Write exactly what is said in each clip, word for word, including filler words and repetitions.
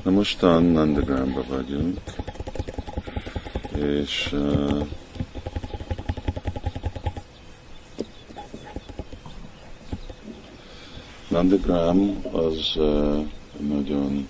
Na mostan Nandagramban vagyunk, és uh, Nandagram az uh, nagyon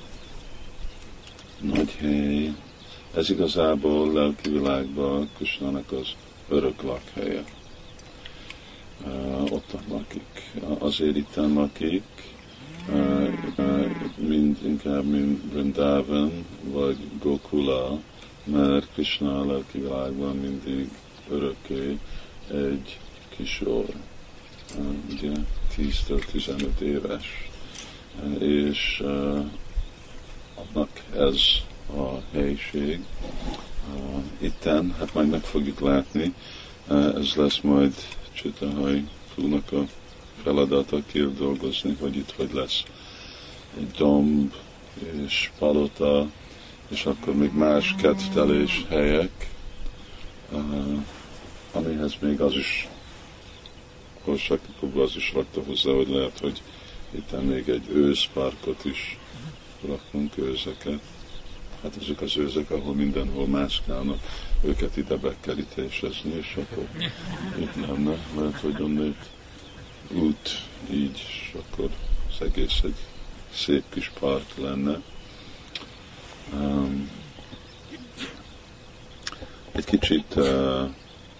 nagy hely. Ez igazából lelki világban Krisnának az örök lakhelye. Uh, ott lakik. Azért itten lakik, uh, uh, mind, inkább mint Vrindavan vagy Gokula, mert Krishna a lelki világban mindig örökké egy kisor, uh, ugye tíztől tizenöt éves, uh, és uh, annak ez a helység. Uh, itten, hát majd meg fogjuk látni, uh, ez lesz majd Csitahaj Púnak a feladata kidolgozni, hogy itt hogy lesz egy domb és palota, és akkor még más kedvtelés helyek, uh, amihez még az is, Horsakipúban az is rakta hozzá, hogy lehet, hogy itt még egy őszparkot is rakunk, őzeket. Hát ezek az őzek, ahol mindenhol mászkálnak, őket ide bekerítésezni, és akkor itt lenne, mert hogy onnét út így, és akkor az egész egy szép kis park lenne. Um, egy kicsit uh,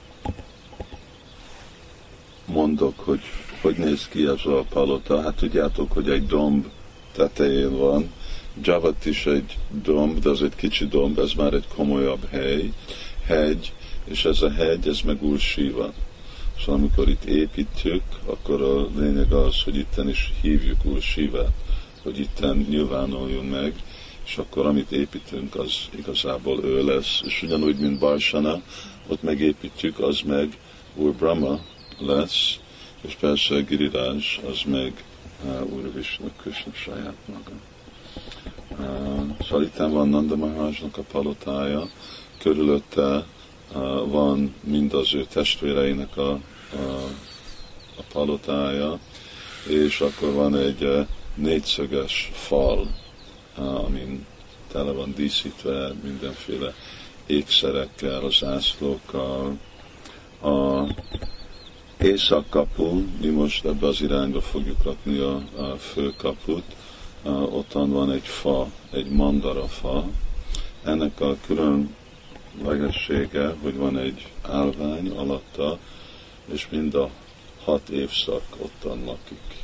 mondok, hogy hogy néz ki ez a palota. Hát tudjátok, hogy egy domb tetején van. Javat is egy domb, de az egy kicsi domb, ez már egy komolyabb hely, hegy, és ez a hegy, ez meg Úr Siva. Szóval amikor itt építjük, akkor a lényeg az, hogy itten is hívjuk Úr Sivát, hogy itten nyilvánuljon meg, és akkor amit építünk, az igazából ő lesz. És ugyanúgy, mint Barsana, ott megépítjük, az meg Úr Brahma lesz, és persze Giriraj, az meg uh, Úr Vishnu, Krishna saját maga. Uh, szóval itt van Nanda Maharajnak a palotája, körülötte uh, van mind az ő testvéreinek a, a, a palotája, és akkor van egy uh, négyszöges fal, uh, amin tele van díszítve mindenféle ékszerekkel, az zászlókkal. A északkapu, mi most ebbe az irányba fogjuk rakni a, a főkaput, Uh, ottan van egy fa, egy mandara fa. Ennek a különlegessége, hogy van egy állvány alatta, és mind a hat évszak ottan lakik.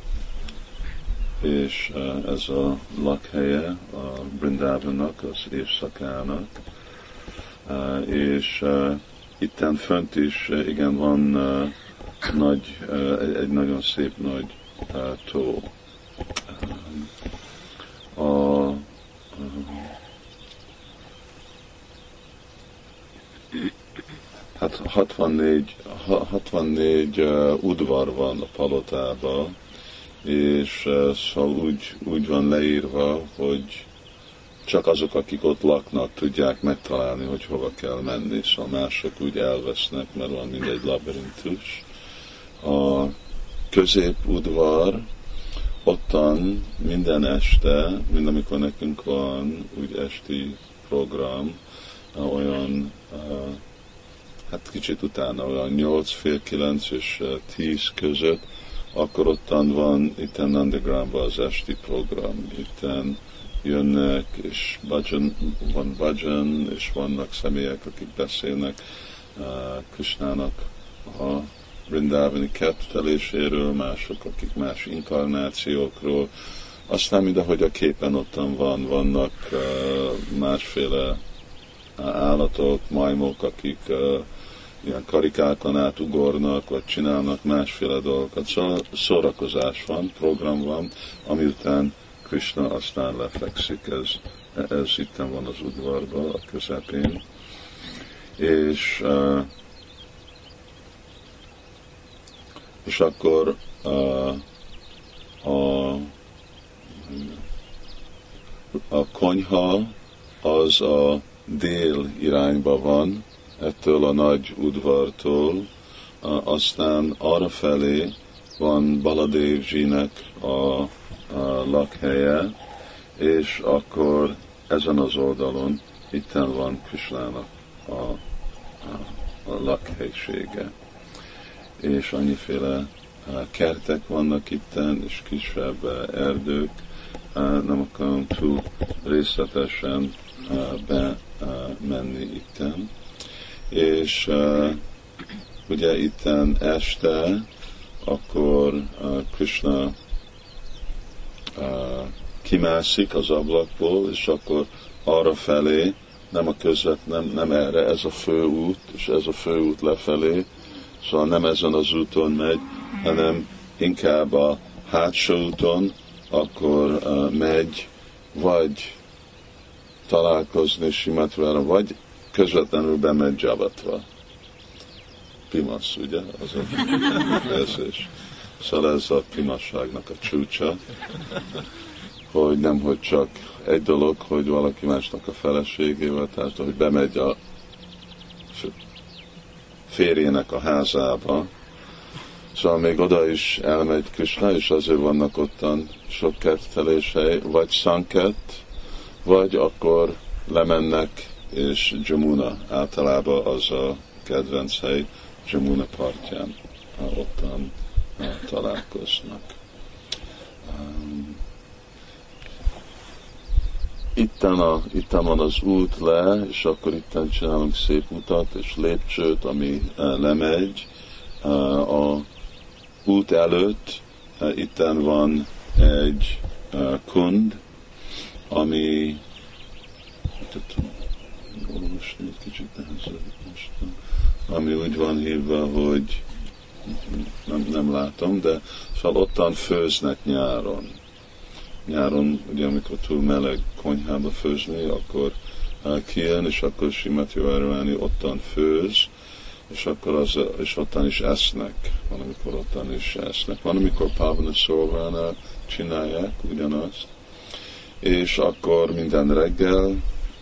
És uh, ez a lakhelye a Vrindavannak, az évszakának. Uh, és uh, itten fönt is, uh, igen, van uh, nagy, uh, egy, egy nagyon szép nagy uh, tó. A, hát hatvannégy, hatvannégy uh, udvar van a palotában, és uh, szóval úgy, úgy van leírva, hogy csak azok, akik ott laknak, tudják megtalálni, hogy hova kell menni, szóval mások úgy elvesznek, mert van mindegy labirintus. A középudvar, ottan minden este, mind amikor nekünk van úgy esti program, olyan, hát kicsit utána, olyan nyolc, fél kilenc és tíz között, akkor ottan van itten Nandagramban az esti program. Itten jönnek, és bhajan, van bhajan, és vannak személyek, akik beszélnek Krishnának a Vrindavani kedvteléséről, mások, akik más inkarnációkról. Aztán mindahogy a képen ottan van, vannak uh, másféle állatok, majmok, akik uh, ilyen karikákon átugornak, vagy csinálnak másféle dolgokat. Szóval szórakozás van, program van, ami után Krishna aztán lefekszik. Ez, ez itten van az udvarban, a közepén. És uh, és akkor uh, a, a konyha az a dél irányba van, ettől a nagy udvartól, uh, aztán arra felé van Baladevjinek a, a lakhelye, és akkor ezen az oldalon itten van Krisnának a, a, a lakhelyisége. És annyiféle kertek vannak itten, és kisebb erdők, nem akarom túl részletesen bemenni itten. És ugye itten este, akkor Krishna kimászik az ablakból, és akkor arra felé, nem a közvet, nem, nem erre, ez a főút, és ez a főút lefelé, szóval nem ezen az úton megy, hanem inkább a hátsó úton, akkor uh, megy, vagy találkozni Simatvára, vagy közvetlenül bemegy Jabatva. Pimasz, ugye? Az a fejezés. Szóval ez a pimasságnak a csúcsa, hogy nem, hogy csak egy dolog, hogy valaki másnak a feleségével, tehát hogy bemegy a férjének a házába, szóval még oda is elmegy Krishna, és azért vannak ottan sok kertelései, vagy Sanket, vagy akkor lemennek, és Jamuna általában az a kedvenc hely, Jamuna partján, ottan találkoznak. Itten, a, itten van az út le, és akkor itten csinálunk szép utat és lépcsőt, ami lemegy. A út előtt itten van egy kund, ami olvasni egy kicsit nehezebb most, ami úgy van hívva, hogy nem, nem látom, de szóval ottan főznek nyáron. Nyáron, ugye amikor túl meleg konyhába főzni, akkor kijön, és akkor Simati Várváni ottan főz, és akkor az, és ottan is esznek. Van, amikor ottan is esznek. Van, amikor Pávana Szorvánál csinálják ugyanazt. És akkor minden reggel,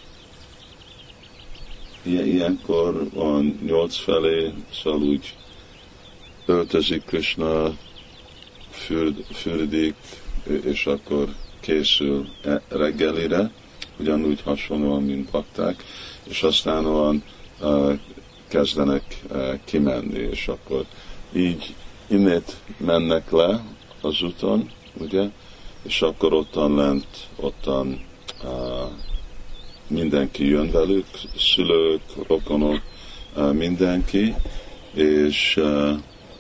ilyen, ilyenkor van nyolc felé, szóval úgy öltözik Krishna, fürd, fürdik, és akkor készül reggelire, ugyanúgy hasonlóan, mint bakták, és aztán olyan uh, kezdenek uh, kimenni, és akkor így innét mennek le az úton, ugye, és akkor ottan lent, ottan uh, mindenki jön velük, szülők, rokonok, uh, mindenki, és uh,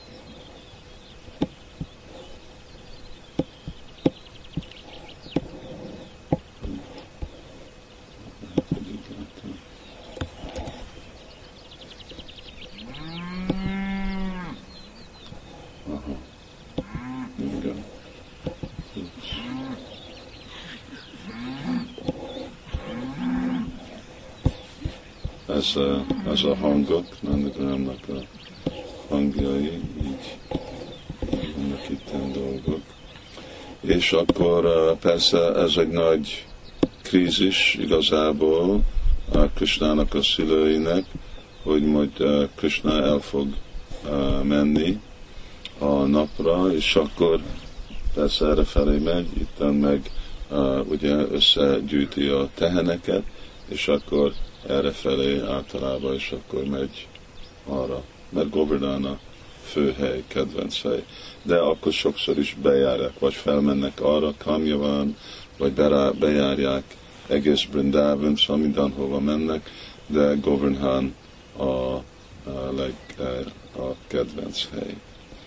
Ez a, ez a hangok, Nandagramnak a hangjai, így vannak itten dolgok. És akkor persze ez egy nagy krízis igazából a Krishnának a szülőinek, hogy majd Krishna el fog menni a napra, és akkor persze erre felé megy, itten meg ugye összegyűjti a teheneket, és akkor errefelé általában, és akkor megy arra, mert Govardhan a főhely, kedvenc hely. De akkor sokszor is bejárják, vagy felmennek arra, Kamjavan, vagy bejárják egész Brindavan, szóval mindenhova mennek, de Govardhan a, a, leg, a kedvenc hely.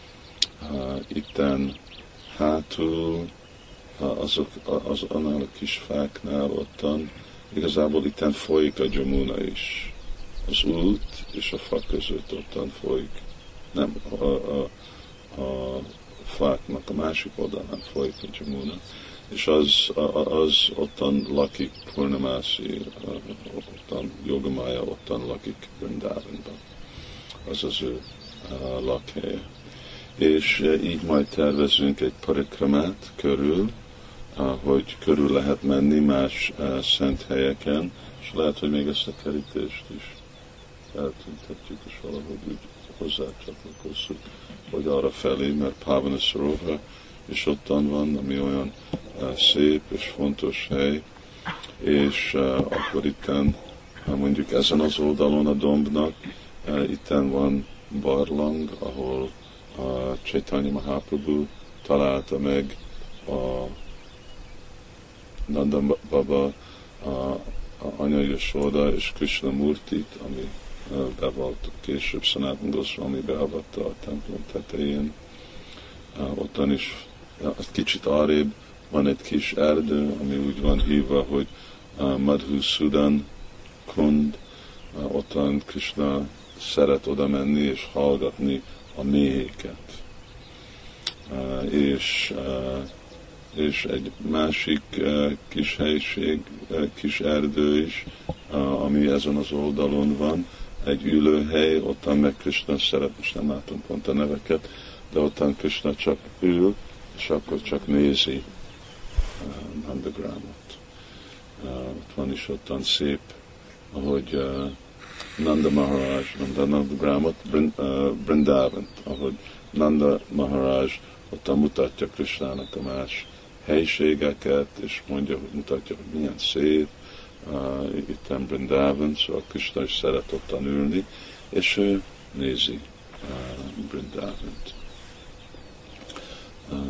Itten hátul, azok, az, annál a kis fáknál ottan, igazából itten folyik a Jamuna is. Az út és a fa között ottan folyik. Nem, a, a, a fáknak a másik oldalán folyik a Jamuna. És az, az ottan lakik Purnamasi, ottan Jogamaya, ottan lakik Vrindavanban. Az az ő lakhelye. És így majd tervezünk egy parikramát körül, hogy körül lehet menni más uh, szent helyeken, és lehet, hogy még ezt a kerítést is eltüntetjük, és valahogy úgy hozzácsatlakozzuk, hogy arra felé, mert Pávana Szorova és ottan van, ami olyan szép és fontos hely, és akkor itten mondjuk ezen az oldalon a dombnak, itten van barlang, ahol a Chaitanya Mahaprabhu találta meg a Nanda Baba, a, a Anya Yashoda és Krishna Murtit, ami bevalt később Sanatana Goswami beavatta a templom tetején. Ottan is kicsit arrébb van egy kis erdő, ami úgy van hívva, hogy Madhusudan Kund. Ottan Krishna szeret oda menni és hallgatni a méhéket. És, és egy másik kis helység, kis erdő is, ami ezen az oldalon van, egy ülőhely, ottan meg Krishna szeret, most nem látom pont a neveket, de ottan Krishna csak ül, és akkor csak nézi Nandagramot. Ott van is ottan szép, ahogy Nanda Maharaj, Nanda Nandagramot, Brindavant, ahogy Nanda Maharaj ottan mutatja Krishnának a más helyiségeket, és mondja, hogy mutatja, hogy milyen szép, uh, itten Brindavan, szóval Krishna is szeret ottan ülni, és ő nézi uh, Brindavant. Uh,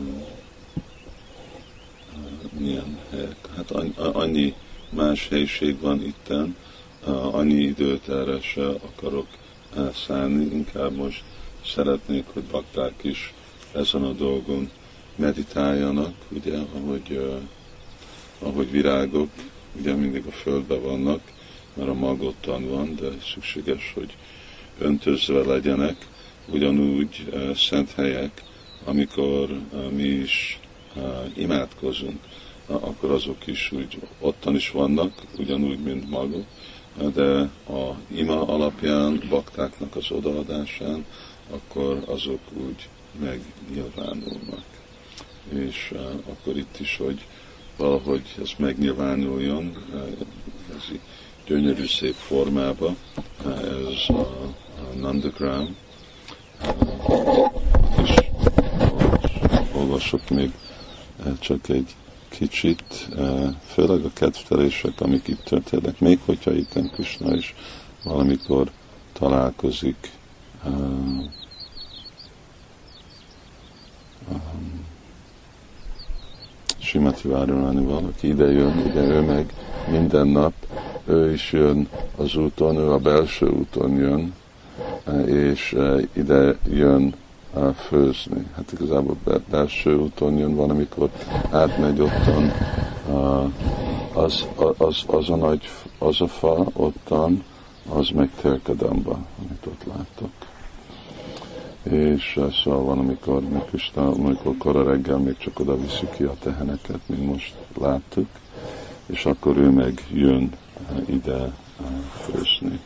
uh, milyen helyek? Hát annyi más helység van itten, uh, annyi időt erre se akarok elszállni, inkább most szeretnék, hogy bakták is ezen a dolgon meditáljanak, ugye, ahogy, uh, ahogy virágok, ugye mindig a földben vannak, mert a mag ottan van, de szükséges, hogy öntözve legyenek, ugyanúgy uh, szent helyek, amikor uh, mi is uh, imádkozunk, uh, akkor azok is úgy ottan is vannak, ugyanúgy, mint magok, uh, de a ima alapján, baktáknak az odaadásán, akkor azok úgy megnyilvánulnak. És uh, akkor itt is, hogy valahogy ez megnyilvánuljon, uh, ez így gyönyörű szép formában, uh, ez a, a Nandagram, uh, és olvasok még uh, csak egy kicsit, uh, főleg a kedvtelések, amik itt történnek, még hogyha itt Krishna is valamikor találkozik uh, um, Srimati Radharanival, aki ide jön, ugye ő meg minden nap, ő is jön az úton, ő a belső úton jön, és ide jön főzni. Hát igazából belső úton jön, van, amikor átmegy ottan, az, az, az a nagy, az a fa ottan, az meg Terkadamba, amit ott láttok. És szóval van, amikor, amikor kora reggel még csak oda viszik ki a teheneket, mint most láttuk, és akkor ő meg jön ide főzni.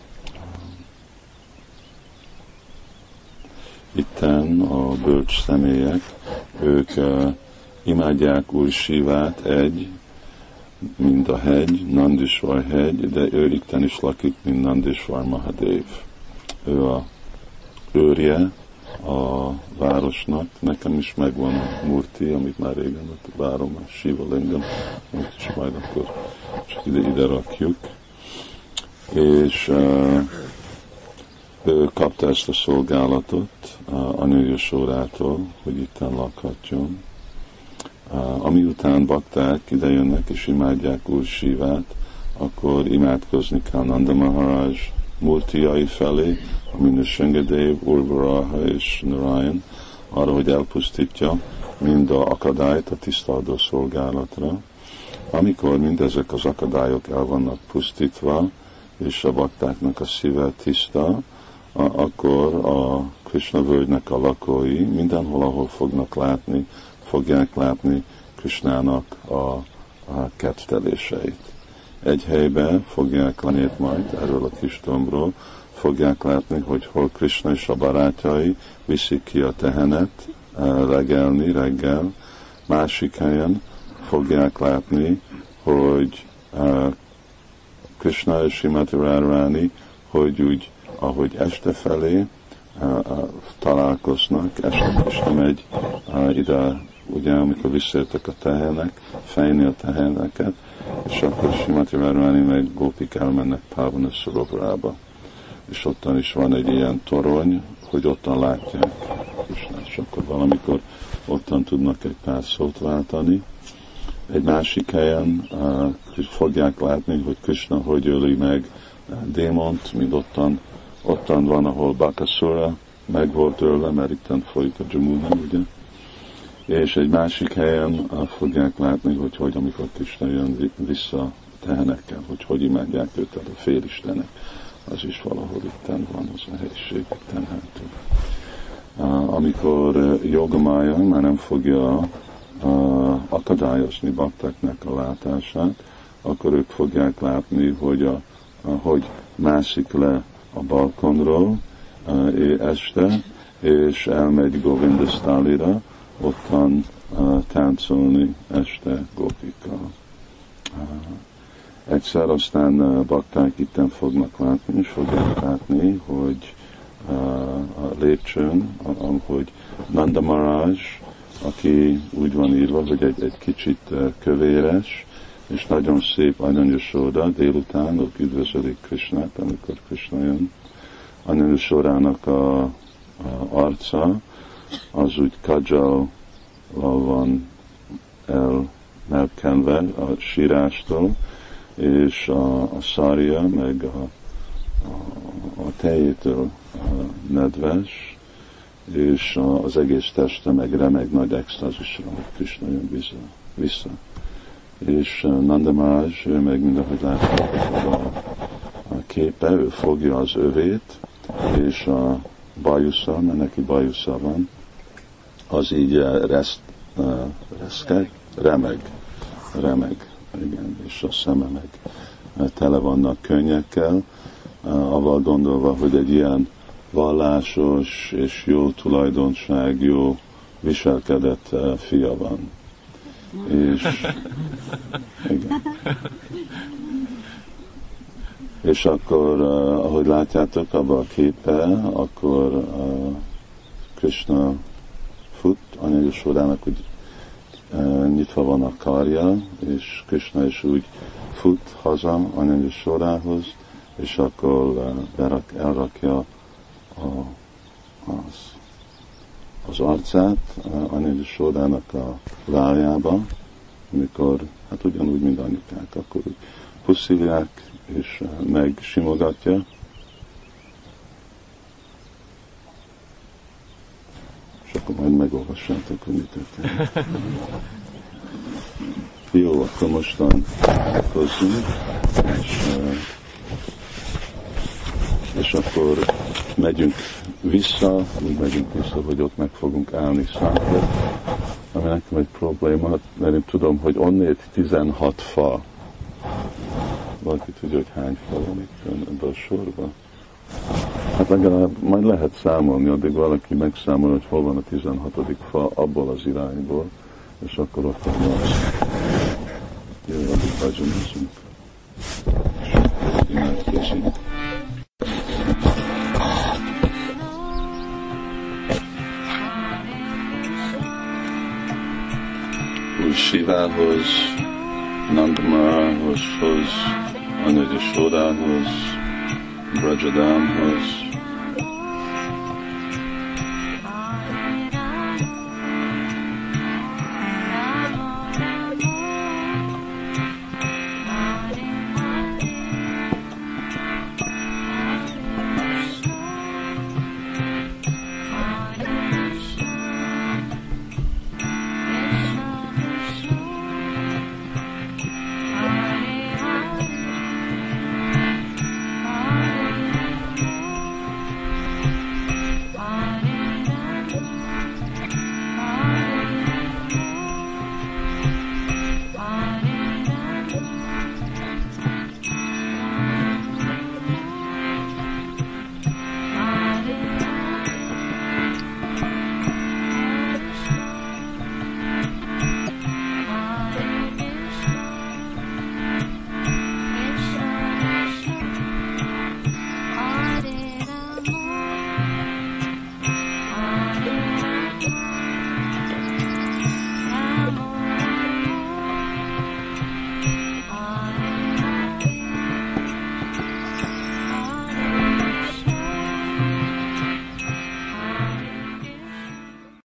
Itten a bölcs személyek, ők uh, imádják Úr Sivát egy, mint a hegy, Nandisvar hegy, de ő itten is lakik, mint Nandisvar Mahadev. Ő a őrje a városnak, nekem is megvan a murti, amit már régen ott várom, a Shiva Lingam, és majd akkor csak ide, ide rakjuk. És uh, ő kapta ezt a szolgálatot uh, Anya Yashodától, hogy itten lakhatjon. Uh, ami után bakták ide jönnek és imádják Úr Sivát, akkor imádkozni kell Nanda Maharaj murtiai felé, ami Nrsingadev, Urvaraha és Narayan, arra, hogy elpusztítja mind a akadályt a tisztaadó szolgálatra. Amikor mindezek az akadályok el vannak pusztítva, és a baktáknak a szíve tiszta, akkor a Krishna völgynek a lakói mindenhol, ahol fognak látni, fogják látni Krishnának a, a kedvteléseit. Egy helyben fogják látni majd erről a kis dombról, fogják látni, hogy hol Krishna és a barátjai viszik ki a tehenet legelni reggel. Másik helyen fogják látni, hogy Krishna és Srimati Radharani, hogy úgy, ahogy este felé találkoznak, este Krishna megy ide ugye amikor visszajöttek a tehernek, fejni a teherneket, és akkor Srimati Radharani meg Gópik elmennek Pávana Szarovarába. És ottan is van egy ilyen torony, hogy ottan látják Krisnát, és akkor valamikor ottan tudnak egy pár szót váltani. Egy másik helyen uh, fogják látni, hogy Krishna hogy öli meg uh, démont, mint ottan, ottan van, ahol Bakasura meg volt ölve, mert itten folyik a Jamuna, ugye? És egy másik helyen uh, fogják látni, hogy, hogy amikor Krishna jön vissza a tehenekkel, hogy hogy imádják őt, tehát a félistenek. Az is valahol itten van, az a helység itten hátul. Uh, amikor uh, Jogamája már nem fogja uh, akadályozni baktáknak a látását, akkor ők fogják látni, hogy, a, uh, hogy mászik le a balkonról uh, este, és elmegy Govindasztálira, ottan uh, táncolni este Gópikkal. Uh, Egyszer aztán uh, bakták itten fognak látni, és fogják látni, hogy uh, a lépcsőn, hogy Nanda Maharaj, aki úgy van írva, hogy egy, egy kicsit uh, kövéres, és nagyon szép Anya Yashoda, délután ott üdvözölik Krishnát, amikor Krishna jön. Anya Yashodának a, a arca, az úgy kadzsallal van elkenve a sírástól, és a, a szárja, meg a, a, a tejétől nedves, és a, az egész teste meg remeg nagy extázisra, hogy Krishna jön vissza. vissza. És Nanda Maharaj, ő meg mindenhogy látható a, a képe, ő fogja az övét, és a bajusza, mert neki bajusza van, az így reszt, reszkeg, remeg, remeg. Igen, és a szeme meg tele vannak könnyekkel, avval gondolva, hogy egy ilyen vallásos és jó tulajdonság, jó viselkedett fia van. És, igen. És akkor, ahogy látjátok abban a képen, akkor Krishna fut, Anya Yashodának úgy nyitva van a karja, és Krishna is úgy fut haza Anya Yashodához, és akkor berak, elrakja a, az, az arcát Anya Yashodának a váljába, amikor, hát ugyanúgy, mint anyukák, akkor úgy puszilják, és megsimogatja. És akkor majd megolvassátok, hogy mi történik. Jó, akkor mostan hozzunk, és, és akkor megyünk vissza, úgy megyünk vissza, hogy ott meg fogunk állni szállni, ami nekem egy probléma, mert én tudom, hogy onnét tizenhat fa. Valaki tudja, hogy hány fa van itt ebben a sorban? Hát legalább majd lehet számolni, addig valaki megszámol, hogy hol van a tizenhatodik fa abból az irányból, és akkor ott van az. Jó, addig bajzsonozunk. És imádkozunk. Úr Sivához, Nanda Maharajhoz, Anya Yashodához, Brajadámhoz,